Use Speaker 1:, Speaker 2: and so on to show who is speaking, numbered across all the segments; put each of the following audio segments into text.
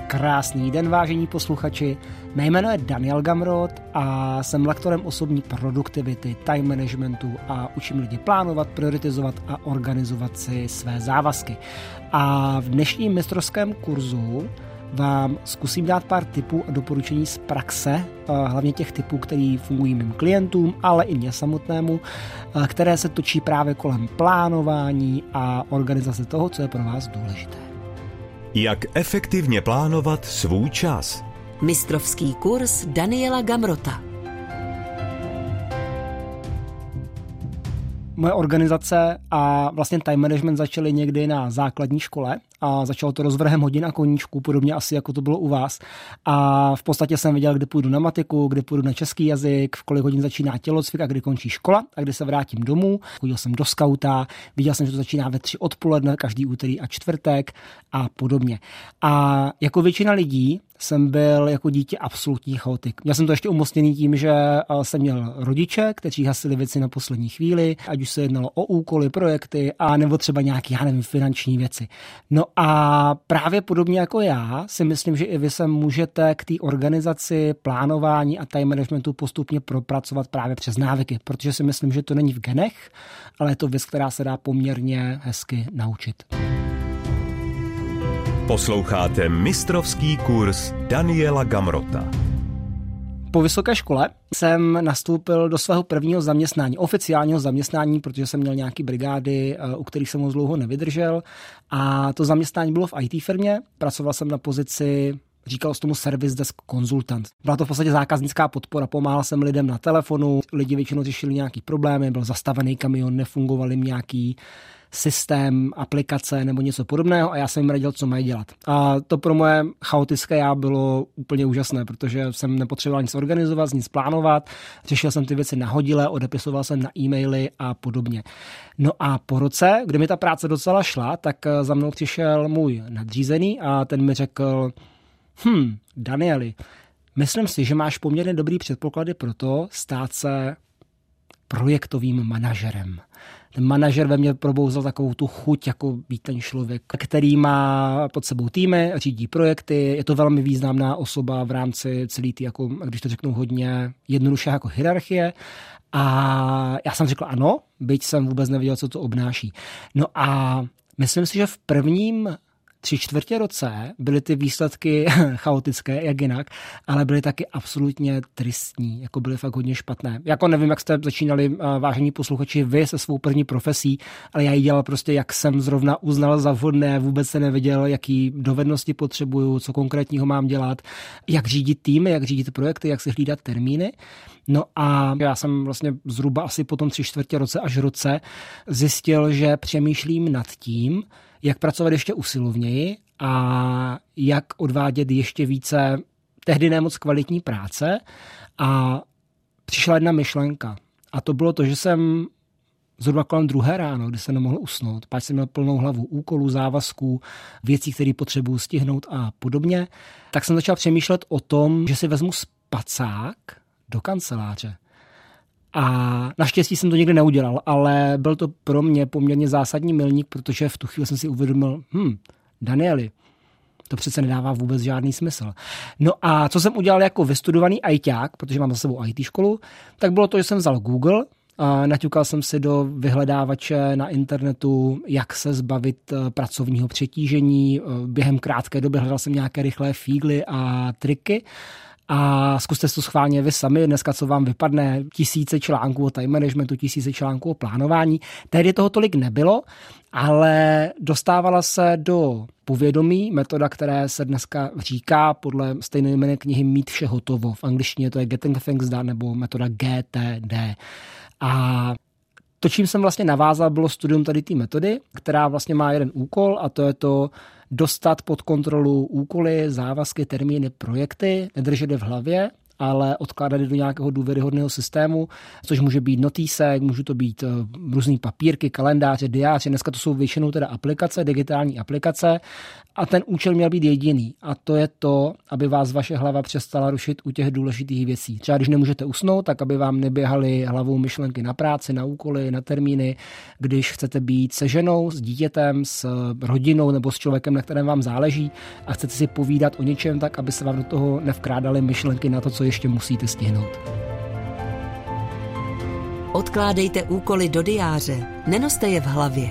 Speaker 1: Krásný den, vážení posluchači. Mé jméno je Daniel Gamrot a jsem lektorem osobní produktivity, time managementu a učím lidi plánovat, prioritizovat a organizovat si své závazky. A v dnešním mistrovském kurzu vám zkusím dát pár tipů a doporučení z praxe, hlavně těch typů, který fungují mým klientům, ale i mně samotnému, které se točí právě kolem plánování a organizace toho, co je pro vás důležité.
Speaker 2: Jak efektivně plánovat svůj čas?
Speaker 3: Mistrovský kurz Daniela Gamrota.
Speaker 1: Moje organizace a vlastně time management začaly někdy na základní škole a začalo to rozvrhem hodin a koníčků, podobně asi jako to bylo u vás. A v podstatě jsem věděl, kdy půjdu na matiku, kdy půjdu na český jazyk, v kolik hodin začíná tělocvik a kdy končí škola a kdy se vrátím domů. Chodil jsem do skauta, viděl jsem, že to začíná ve 3 odpoledne, každý úterý a čtvrtek a podobně. A jako většina lidí jsem byl jako dítě absolutní chaotik. Já jsem to ještě umocněný tím, že jsem měl rodiče, kteří hasili věci na poslední chvíli, ať už se jednalo o úkoly, projekty a nebo třeba nějaké, finanční věci. No a právě podobně jako já si myslím, že i vy se můžete k té organizaci, plánování a time managementu postupně propracovat právě přes návyky, protože si myslím, že to není v genech, ale je to věc, která se dá poměrně hezky naučit.
Speaker 2: Posloucháte mistrovský kurz Daniela Gamrota.
Speaker 1: Po vysoké škole jsem nastoupil do svého prvního zaměstnání, oficiálního zaměstnání, protože jsem měl nějaký brigády, u kterých jsem moc dlouho nevydržel. A to zaměstnání bylo v IT firmě. Pracoval jsem na pozici, říkalo se tomu service desk konzultant. Byla to v podstatě zákaznická podpora, pomáhal jsem lidem na telefonu, lidi většinou řešili nějaký problémy, byl zastavený kamion, nefungoval jim nějaký systém, aplikace nebo něco podobného a já jsem jim radil, co mají dělat. A to pro moje chaotické já bylo úplně úžasné, protože jsem nepotřeboval nic organizovat, nic plánovat, řešil jsem ty věci nahodile, odepisoval jsem na e-maily a podobně. No a po roce, kdy mi ta práce docela šla, tak za mnou přišel můj nadřízený a ten mi řekl: Danieli, myslím si, že máš poměrně dobrý předpoklady pro to stát se projektovým manažerem. Ten manažer ve mně probouzel takovou tu chuť, jako být ten člověk, který má pod sebou týmy, řídí projekty, je to velmi významná osoba v rámci celý ty, jako, když to řeknu hodně jednoduše, jako hierarchie. A já jsem řekl ano, byť jsem vůbec nevěděl, co to obnáší. No a myslím si, že v prvním 3/4 roce byly ty výsledky chaotické, jak jinak, ale byly taky absolutně tristní, jako byly fakt hodně špatné. Jako nevím, jak jste začínali, vážení posluchači, vy se svou první profesí, ale já ji dělal prostě, jak jsem zrovna uznal za vhodné, vůbec se nevěděl, jaký dovednosti potřebuju, co konkrétního mám dělat, jak řídit týmy, jak řídit projekty, jak si hlídat termíny. No a já jsem vlastně zhruba asi po tom 3/4 roce až roce zjistil, že přemýšlím nad tím, jak pracovat ještě usilovněji a jak odvádět ještě více tehdy nemoc kvalitní práce. A přišla jedna myšlenka. A to bylo to, že jsem zhruba kolem 2 ráno, kdy jsem nemohl usnout, pak jsem měl plnou hlavu úkolů, závazků, věcí, které potřebuju stihnout a podobně, tak jsem začal přemýšlet o tom, že si vezmu spacák do kanceláře. A naštěstí jsem to nikdy neudělal, ale byl to pro mě poměrně zásadní milník, protože v tu chvíli jsem si uvědomil, Danieli, to přece nedává vůbec žádný smysl. No a co jsem udělal jako vystudovaný ajťák, protože mám za sebou IT školu, tak bylo to, že jsem vzal Google a naťukal jsem si do vyhledávače na internetu, jak se zbavit pracovního přetížení. Během krátké doby hledal jsem nějaké rychlé fígly a triky. A zkuste to schválně vy sami, dneska co vám vypadne, 1000 článků o time managementu, 1000 článků o plánování. Tehdy toho tolik nebylo, ale dostávala se do povědomí metoda, které se dneska říká podle stejnojmenné knihy Mít vše hotovo. V angličtině to je Getting Things Done nebo metoda GTD. A to, čím jsem vlastně navázal, bylo studium tady té metody, která vlastně má jeden úkol a to je to dostat pod kontrolu úkoly, závazky, termíny, projekty, nedržet je v hlavě ale odkládat je do nějakého důvěryhodného systému, což může být notýsek, můžou to být různý papírky, kalendáře, diáře. Dneska to jsou většinou teda aplikace, digitální aplikace a ten účel měl být jediný a to je to, aby vás vaše hlava přestala rušit u těch důležitých věcí. Třeba když nemůžete usnout, tak aby vám neběhaly hlavou myšlenky na práci, na úkoly, na termíny, když chcete být se ženou, s dítětem, s rodinou nebo s člověkem, na kterém vám záleží a chcete si povídat o něčem, tak aby se vám do toho nevkrádaly myšlenky na to, co ještě musíte stihnout.
Speaker 3: Odkládejte úkoly do diáře, nenoste je v hlavě.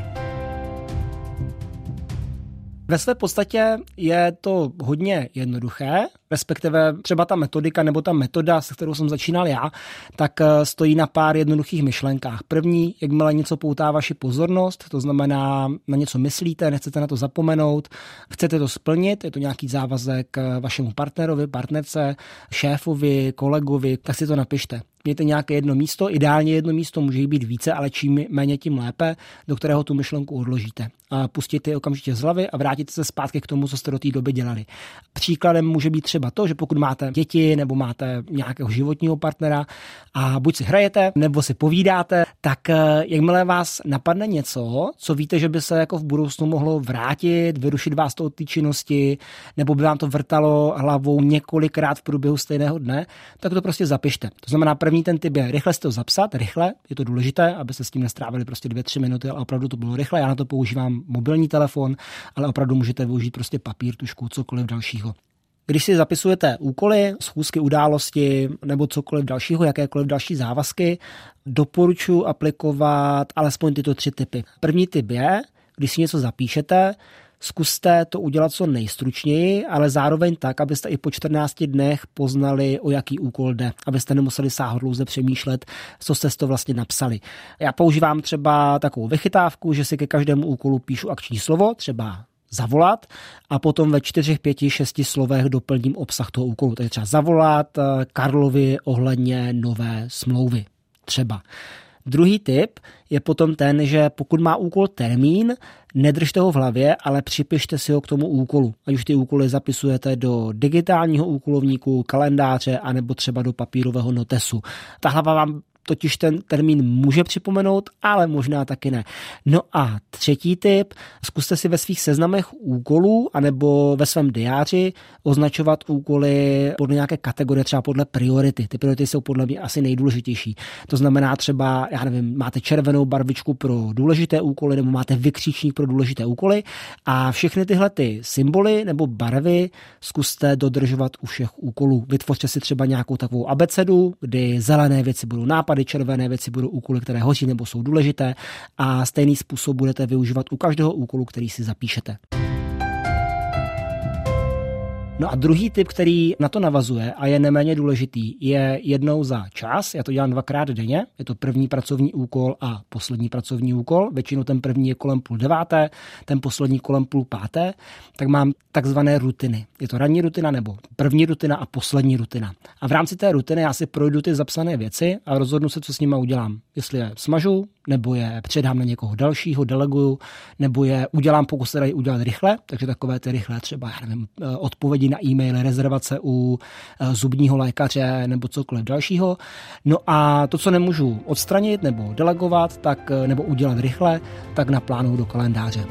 Speaker 1: Ve své podstatě je to hodně jednoduché, respektive třeba ta metodika nebo ta metoda, se kterou jsem začínal já, tak stojí na pár jednoduchých myšlenkách. První, jakmile něco poutá vaši pozornost, to znamená, na něco myslíte, nechcete na to zapomenout, chcete to splnit, je to nějaký závazek vašemu partnerovi, partnerce, šéfovi, kolegovi, tak si to napište. Mějte nějaké jedno místo, ideálně jedno místo, může jich být více, ale čím méně, tím lépe, do kterého tu myšlenku odložíte. A pustíte ji okamžitě z hlavy a vrátíte se zpátky k tomu, co jste do té doby dělali. Příkladem může být třeba to, že pokud máte děti nebo máte nějakého životního partnera a buď si hrajete, nebo si povídáte, tak jakmile vás napadne něco, co víte, že by se jako v budoucnu mohlo vrátit, vyrušit vás to od té činnosti, nebo by vám to vrtalo hlavou několikrát v průběhu stejného dne, tak to prostě zapište. To znamená, první ten tip je rychle si to zapsat, rychle, je to důležité, aby se s tím nestrávili prostě 2-3 minuty, ale opravdu to bylo rychle. Já na to používám mobilní telefon, ale opravdu můžete využít prostě papír, tužku, cokoliv dalšího. Když si zapisujete úkoly, schůzky, události nebo cokoliv dalšího, jakékoliv další závazky, doporučuji aplikovat alespoň tyto 3 typy. První tip je, když si něco zapíšete, zkuste to udělat co nejstručněji, ale zároveň tak, abyste i po 14 dnech poznali, o jaký úkol jde, abyste nemuseli sáhodlouze přemýšlet, co jste to vlastně napsali. Já používám třeba takovou vychytávku, že si ke každému úkolu píšu akční slovo, třeba zavolat a potom ve 4, 5, 6 slovech doplním obsah toho úkolu. Takže třeba zavolat Karlovi ohledně nové smlouvy. Třeba. Druhý tip je potom ten, že pokud má úkol termín, nedržte ho v hlavě, ale připište si ho k tomu úkolu. Ať už ty úkoly zapisujete do digitálního úkolovníku, kalendáře, anebo třeba do papírového notesu. Ta hlava vám totiž ten termín může připomenout, ale možná taky ne. No a třetí tip, zkuste si ve svých seznamech úkolů anebo ve svém diáři označovat úkoly podle nějaké kategorie, třeba podle priority. Ty priority jsou podle mě asi nejdůležitější. To znamená třeba, já nevím, máte červenou barvičku pro důležité úkoly nebo máte vykřičník pro důležité úkoly a všechny tyhle ty symboly nebo barvy zkuste dodržovat u všech úkolů. Vytvořte si třeba nějakou takovou abecedu, kdy zelené věci budou nápady, červené věci budou úkoly, které hoří nebo jsou důležité a stejný způsob budete využívat u každého úkolu, který si zapíšete. No a druhý tip, který na to navazuje a je neméně důležitý, je jednou za čas. Já to dělám 2krát denně. Je to první pracovní úkol a poslední pracovní úkol. Většinou ten první je kolem 8:30, ten poslední kolem 5:30. Tak mám takzvané rutiny. Je to ranní rutina nebo první rutina a poslední rutina. A v rámci té rutiny já si projdu ty zapsané věci a rozhodnu se, co s nimi udělám. Jestli je smažu, nebo je předám na někoho dalšího, deleguju, nebo je udělám, pokud se dají udělat rychle, takže takové ty rychlé třeba, já nevím, odpovědi na e-maily, rezervace u zubního lékaře nebo cokoliv dalšího. No a to, co nemůžu odstranit nebo delegovat, tak, nebo udělat rychle, tak naplánuju do kalendáře.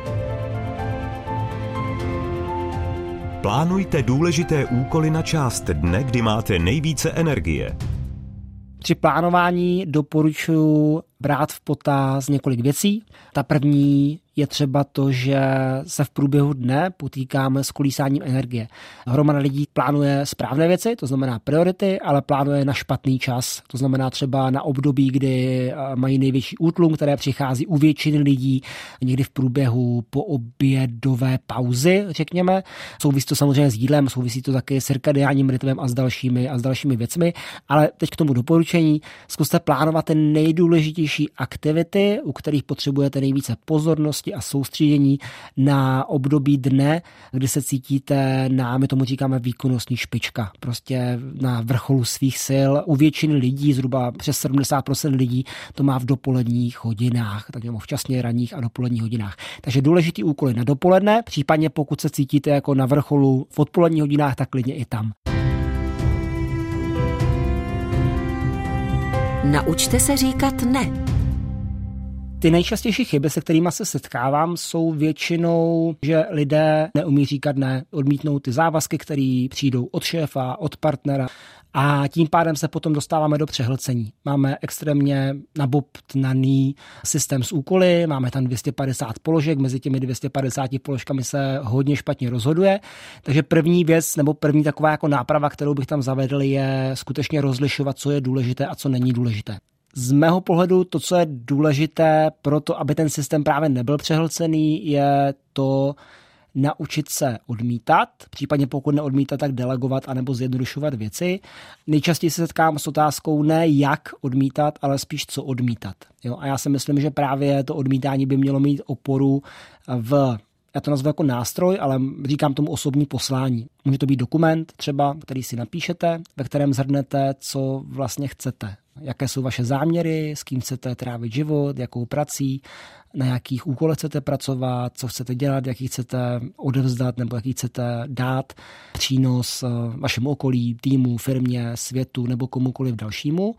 Speaker 2: Plánujte důležité úkoly na část dne, kdy máte nejvíce energie.
Speaker 1: Při plánování doporučuji brát v potaz několik věcí. Ta první je třeba to, že se v průběhu dne potýkáme s kolísáním energie. Hromada lidí plánuje správné věci, to znamená priority, ale plánuje na špatný čas. To znamená třeba na období, kdy mají největší útlum, které přichází u většiny lidí někdy v průběhu po obědové pauzy, řekněme. Souvisí to samozřejmě s jídlem, souvisí to taky s cirkadiánním rytmem a s dalšími věcmi, ale teď k tomu doporučení. Zkuste plánovat ty nejdůležitější aktivity, u kterých potřebujete nejvíce pozornosti a soustředění na období dne, kdy se cítíte my tomu říkáme výkonnostní špička, prostě na vrcholu svých sil. U většiny lidí, zhruba přes 70% lidí, to má v dopoledních hodinách, tak nebo včasně ranních a dopoledních hodinách. Takže důležitý úkoly na dopoledne, případně pokud se cítíte jako na vrcholu v odpoledních hodinách, tak klidně i tam.
Speaker 3: Naučte se říkat ne.
Speaker 1: Ty nejčastější chyby, se kterými se setkávám, jsou většinou, že lidé neumí říkat ne, odmítnou ty závazky, které přijdou od šéfa, od partnera a tím pádem se potom dostáváme do přehlcení. Máme extrémně nabobtnaný systém s úkoly, máme tam 250 položek, mezi těmi 250 položkami se hodně špatně rozhoduje, takže první věc nebo první taková jako náprava, kterou bych tam zavedl, je skutečně rozlišovat, co je důležité a co není důležité. Z mého pohledu to, co je důležité pro to, aby ten systém právě nebyl přehlcený, je to naučit se odmítat, případně pokud neodmítat, tak delegovat anebo zjednodušovat věci. Nejčastěji se setkám s otázkou ne jak odmítat, ale spíš co odmítat. Jo? A já si myslím, že právě to odmítání by mělo mít oporu v, já to nazvu jako nástroj, ale říkám tomu osobní poslání. Může to být dokument třeba, který si napíšete, ve kterém shrnete, co vlastně chcete. Jaké jsou vaše záměry, s kým chcete trávit život, jakou prací, na jakých úkolech chcete pracovat, co chcete dělat, jaký chcete odevzdat nebo jaký chcete dát přínos vašemu okolí, týmu, firmě, světu nebo komukoliv dalšímu.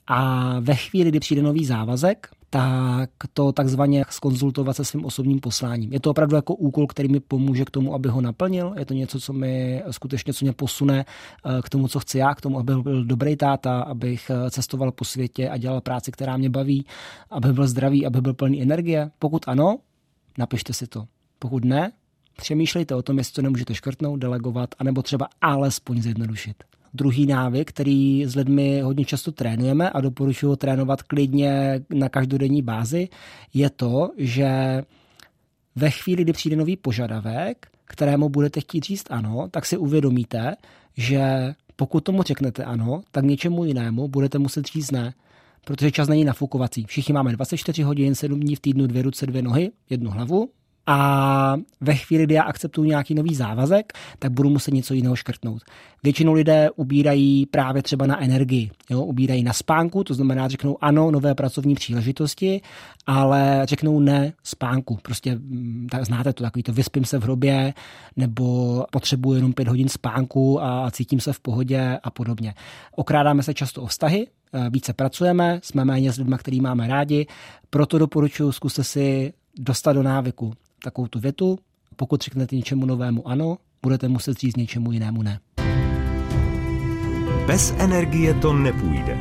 Speaker 1: A ve chvíli, kdy přijde nový závazek, tak to takzvaně zkonzultovat se svým osobním posláním. Je to opravdu jako úkol, který mi pomůže k tomu, aby ho naplnil. Je to něco, co mi skutečně co mě posune k tomu, co chci já, k tomu, abych byl dobrý táta, abych cestoval po světě a dělal práci, která mě baví, aby byl zdravý, aby byl plný energie. Pokud ano, napište si to. Pokud ne, přemýšlejte o tom, jestli to nemůžete škrtnout, delegovat, anebo třeba alespoň zjednodušit. Druhý návyk, který s lidmi hodně často trénujeme a doporučuji trénovat klidně na každodenní bázi, je to, že ve chvíli, kdy přijde nový požadavek, kterému budete chtít říct ano, tak si uvědomíte, že pokud tomu řeknete ano, tak něčemu jinému budete muset říct ne, protože čas není nafukovací. Všichni máme 24 hodin, 7 dní v týdnu, 2 ruce, 2 nohy, 1 hlavu. A ve chvíli, kdy já akceptuju nějaký nový závazek, tak budu muset něco jiného škrtnout. Většinou lidé ubírají právě třeba na energii, jo? Ubírají na spánku, to znamená, řeknou ano, nové pracovní příležitosti, ale řeknou ne spánku. Prostě tak znáte to, takový to vyspím se v hrobě, nebo potřebuji jenom 5 hodin spánku a cítím se v pohodě a podobně. Okrádáme se často o vztahy, více pracujeme, jsme méně s lidmi, který máme rádi, proto doporučuji, zkuste si dostat do návyku takovou tu větu, pokud řeknete něčemu novému ano, budete muset říct něčemu jinému ne.
Speaker 2: Bez energie to nepůjde.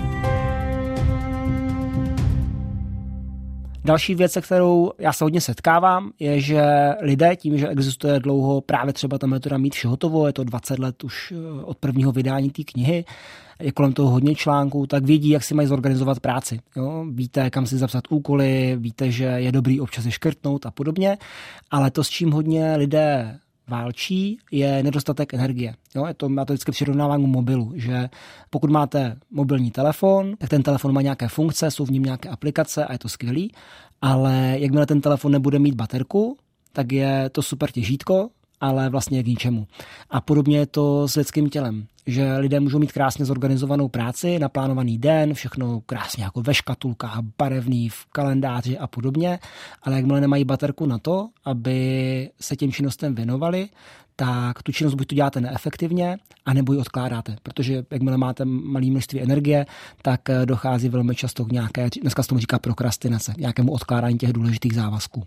Speaker 1: Další věc, se kterou já se hodně setkávám, je, že lidé tím, že existuje dlouho právě třeba ta metoda mít vše hotovo, je to 20 let už od prvního vydání té knihy, je kolem toho hodně článků, tak vědí, jak si mají zorganizovat práci. Jo? Víte, kam si zapsat úkoly, víte, že je dobrý občas je škrtnout a podobně, ale to, s čím hodně lidé válčí, je nedostatek energie. Jo? Já to vždycky přirovnávám k mobilu, že pokud máte mobilní telefon, tak ten telefon má nějaké funkce, jsou v něm nějaké aplikace a je to skvělý, ale jakmile ten telefon nebude mít baterku, tak je to super těžítko, ale vlastně k ničemu. A podobně je to s lidským tělem, že lidé můžou mít krásně zorganizovanou práci, naplánovaný den, všechno krásně jako ve škatulkách, barevný, v kalendáři a podobně, ale jakmile nemají baterku na to, aby se těm činnostem věnovali, tak tu činnost buď to děláte neefektivně, anebo ji odkládáte, protože jakmile máte malé množství energie, tak dochází velmi často k nějaké, dneska se tomu říká prokrastinace, nějakému odkládání těch důležitých závazků.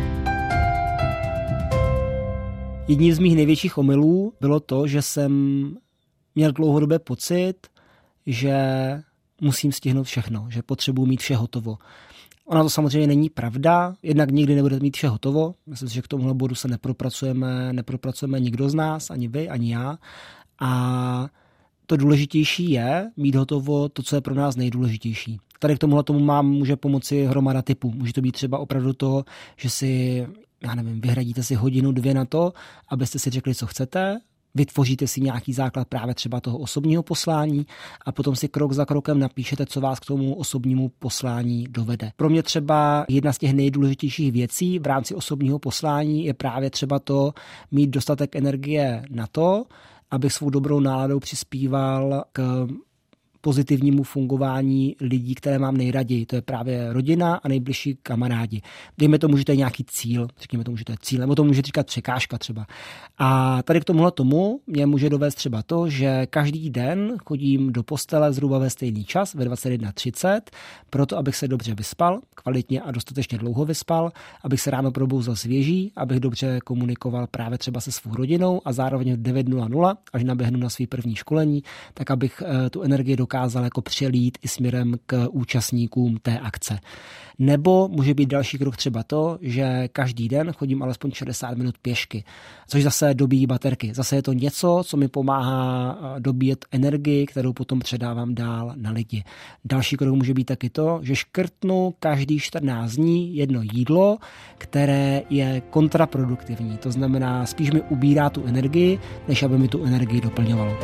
Speaker 1: Jedním z mých největších omylů bylo to, že jsem měl dlouhodobě pocit, že musím stihnout všechno, že potřebuji mít vše hotovo. Ona to samozřejmě není pravda, jednak nikdy nebudete mít vše hotovo. Myslím si, že k tomuhle bodu se nepropracujeme nikdo z nás, ani vy, ani já. A to důležitější je mít hotovo to, co je pro nás nejdůležitější. Tady k tomuhle může pomoci hromada typů. Může to být třeba opravdu to, že si vyhradíte si 1-2 hodiny na to, abyste si řekli, co chcete, vytvoříte si nějaký základ právě třeba toho osobního poslání a potom si krok za krokem napíšete, co vás k tomu osobnímu poslání dovede. Pro mě třeba jedna z těch nejdůležitějších věcí v rámci osobního poslání je právě třeba to mít dostatek energie na to, abych svou dobrou náladou přispíval k pozitivnímu fungování lidí, které mám nejraději. To je právě rodina a nejbližší kamarádi. Dejme tomu, že to je nějaký cíl, řekněme tomu, že to je cíl, nebo to může říkat překážka třeba. A tady k tomuhle tomu mě může dovést třeba to, že každý den chodím do postele zhruba ve stejný čas, ve 21:30, proto abych se dobře vyspal, kvalitně a dostatečně dlouho vyspal, abych se ráno probouzel svěží, abych dobře komunikoval právě třeba se svou rodinou a zároveň v 9:00, až naběhnu na svý první školení, tak abych tu energii dokázal jako přelít i směrem k účastníkům té akce. Nebo může být další krok třeba to, že každý den chodím alespoň 60 minut pěšky, což zase dobíjí baterky. Zase je to něco, co mi pomáhá dobíjet energii, kterou potom předávám dál na lidi. Další krok může být taky to, že škrtnu každý 14 dní jedno jídlo, které je kontraproduktivní. To znamená, spíš mi ubírá tu energii, než aby mi tu energii doplňovalo.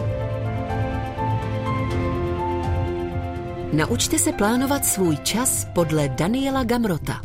Speaker 3: Naučte se plánovat svůj čas podle Daniela Gamrota.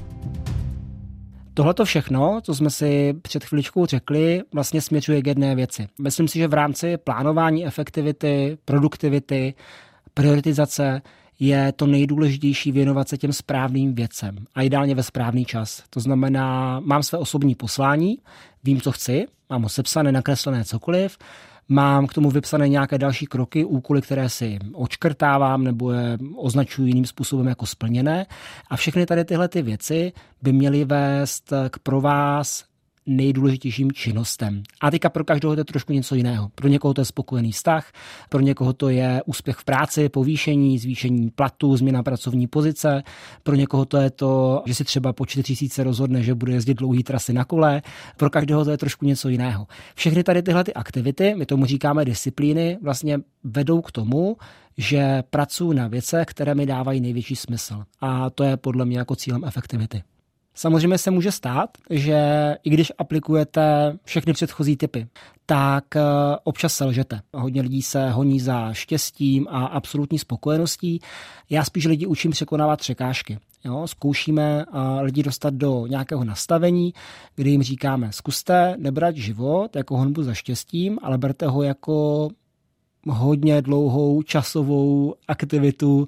Speaker 1: Tohleto všechno, co jsme si před chviličkou řekli, vlastně směřuje k jedné věci. Myslím si, že v rámci plánování efektivity, produktivity, prioritizace je to nejdůležitější věnovat se těm správným věcem a ideálně ve správný čas. To znamená, mám své osobní poslání, vím, co chci, mám ho sepsané, nakreslené cokoliv, mám k tomu vypsané nějaké další kroky, úkoly, které si odškrtávám nebo je označuji jiným způsobem jako splněné. A všechny tady tyhle ty věci by měly vést k pro vás nejdůležitějším činnostem. A teďka pro každého to je trošku něco jiného. Pro někoho to je spokojený vztah, pro někoho to je úspěch v práci, povýšení, zvýšení platu, změna pracovní pozice, pro někoho to je to, že si třeba po 4000 rozhodne, že bude jezdit dlouhý trasy na kole, pro každého to je trošku něco jiného. Všechny tady tyhle ty aktivity, my tomu říkáme disciplíny, vlastně vedou k tomu, že pracuji na věcech, které mi dávají největší smysl. A to je podle mě jako cílem efektivity. Samozřejmě se může stát, že i když aplikujete všechny předchozí typy, tak občas selžete. Hodně lidí se honí za štěstím a absolutní spokojeností. Já spíš lidi učím překonávat překážky. Jo, zkoušíme lidi dostat do nějakého nastavení, kdy jim říkáme, zkuste nebrat život jako honbu za štěstím, ale berte ho jako hodně dlouhou časovou aktivitu,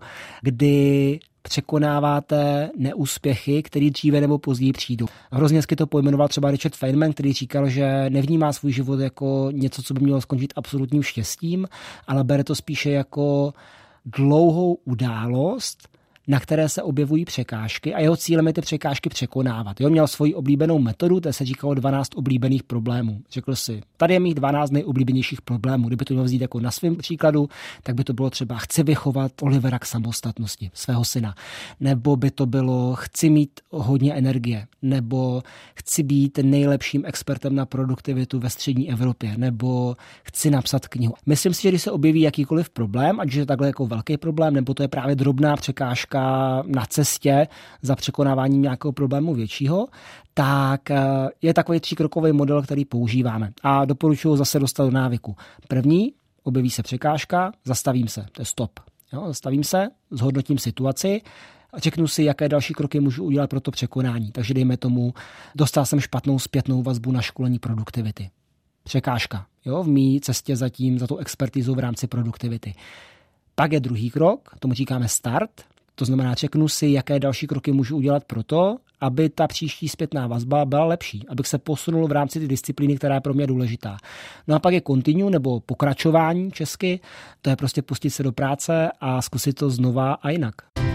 Speaker 1: kdy překonáváte neúspěchy, které dříve nebo později přijdou. Hrozně hezky to pojmenoval třeba Richard Feynman, který říkal, že nevnímá svůj život jako něco, co by mělo skončit absolutním štěstím, ale bere to spíše jako dlouhou událost, na které se objevují překážky a jeho cílem je ty překážky překonávat. Jo, měl svoji oblíbenou metodu, to se říkalo 12 oblíbených problémů. Řekl si, tady je mých 12 nejoblíbenějších problémů. Kdyby to měl vzít jako na svém příkladu, tak by to bylo třeba chci vychovat Olivera k samostatnosti, svého syna. Nebo by to bylo chci mít hodně energie. Nebo chci být nejlepším expertem na produktivitu ve střední Evropě. Nebo chci napsat knihu. Myslím si, že když se objeví jakýkoliv problém, ať je takhle jako velký problém, nebo to je právě drobná překážka na cestě za překonáváním nějakého problému většího, tak je takový 3krokový model, který používáme. A doporučuji zase dostat do návyku. První, objeví se překážka, zastavím se, to je stop. Jo, zastavím se, zhodnotím situaci a řeknu si, jaké další kroky můžu udělat pro to překonání. Takže dejme tomu, dostal jsem špatnou zpětnou vazbu na školení produktivity. Překážka, jo, v mý cestě za tu expertizu v rámci produktivity. Pak je druhý krok, tomu říkáme start. To znamená, řeknu si, jaké další kroky můžu udělat pro to, aby ta příští zpětná vazba byla lepší, abych se posunul v rámci ty disciplíny, která je pro mě důležitá. No a pak je continue nebo pokračování česky, to je prostě pustit se do práce a zkusit to znova a jinak.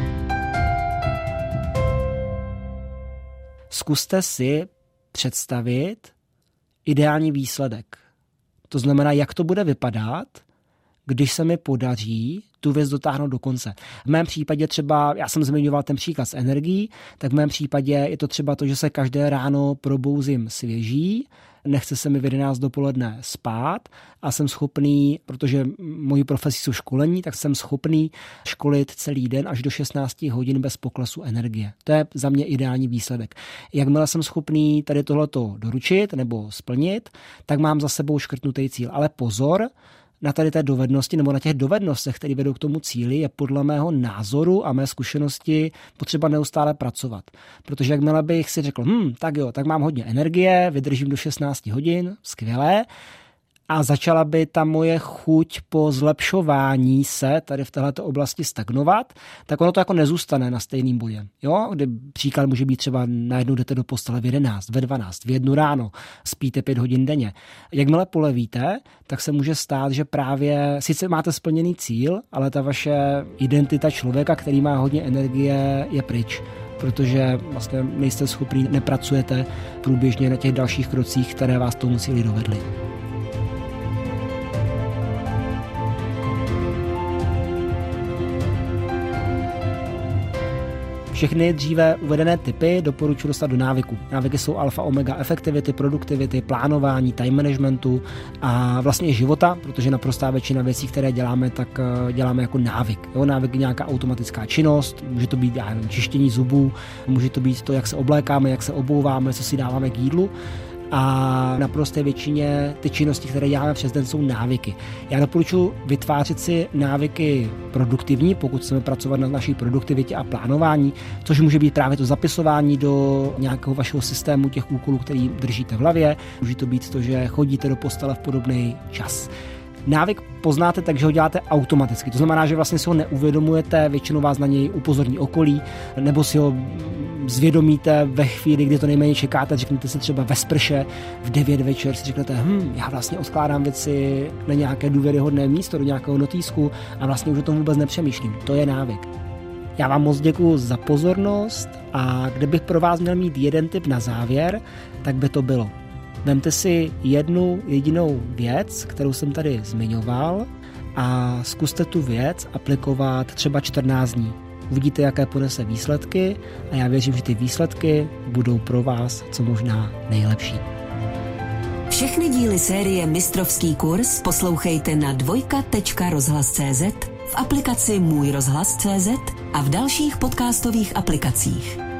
Speaker 1: Zkuste si představit ideální výsledek. To znamená, jak to bude vypadat, když se mi podaří tu věc dotáhnout do konce. V mém případě třeba, já jsem zmiňoval ten příklad s energií, tak v mém případě je to třeba to, že se každé ráno probouzím svěží, nechce se mi v 11 dopoledne spát a jsem schopný, protože mojí profesí jsou školení, tak jsem schopný školit celý den až do 16 hodin bez poklesu energie. To je za mě ideální výsledek. Jakmile jsem schopný tady tohleto doručit nebo splnit, tak mám za sebou škrtnutý cíl. Ale pozor, na tady té dovednosti nebo na těch dovednostech, které vedou k tomu cíli, je podle mého názoru a mé zkušenosti potřeba neustále pracovat. Protože jakmile bych si řekl, tak jo, tak mám hodně energie, vydržím do 16 hodin, skvělé, a začala by ta moje chuť po zlepšování se tady v této oblasti stagnovat, tak ono to jako nezůstane na stejným bodě. Jo? Kdy příklad může být třeba najednou jdete do postele v 11, ve 12, v 1 ráno, spíte 5 hodin denně. Jakmile polevíte, tak se může stát, že právě sice máte splněný cíl, ale ta vaše identita člověka, který má hodně energie, je pryč, protože vlastně nejste schopný, nepracujete průběžně na těch dalších krocích, které vás tomu cíli dovedly. Všechny dříve uvedené typy doporučuji dostat do návyku. Návyky jsou alfa, omega efektivity, produktivity, plánování, time managementu a vlastně i života, protože naprostá většina věcí, které děláme, tak děláme jako návyk. Jo, návyk je nějaká automatická činnost, může to být čištění zubů, může to být to, jak se oblékáme, jak se obouváme, co si dáváme k jídlu. A naprosté většině ty činnosti, které děláme přes den, jsou návyky. Já doporučuji vytvářet si návyky produktivní, pokud chceme pracovat na naší produktivitě a plánování, což může být právě to zapisování do nějakého vašeho systému těch úkolů, který držíte v hlavě. Může to být to, že chodíte do postele v podobný čas. Návyk poznáte tak, že ho děláte automaticky. To znamená, že vlastně si ho neuvědomujete, většinou vás na něj upozorní okolí, nebo si ho zvědomíte ve chvíli, kdy to nejméně čekáte, řeknete si třeba ve sprše v 9 večer, si řeknete, já vlastně odkládám věci na nějaké důvěryhodné místo, do nějakého notýsku a vlastně už o tom vůbec nepřemýšlím. To je návyk. Já vám moc děkuju za pozornost a kdybych pro vás měl mít jeden tip na závěr, tak by to bylo. Vemte si jednu jedinou věc, kterou jsem tady zmiňoval a zkuste tu věc aplikovat třeba 14 dní. Uvidíte, jaké ponese výsledky a já věřím, že ty výsledky budou pro vás co možná nejlepší.
Speaker 3: Všechny díly série Mistrovský kurz poslouchejte na dvojka.rozhlas.cz, v aplikaci Můj rozhlas.cz a v dalších podcastových aplikacích.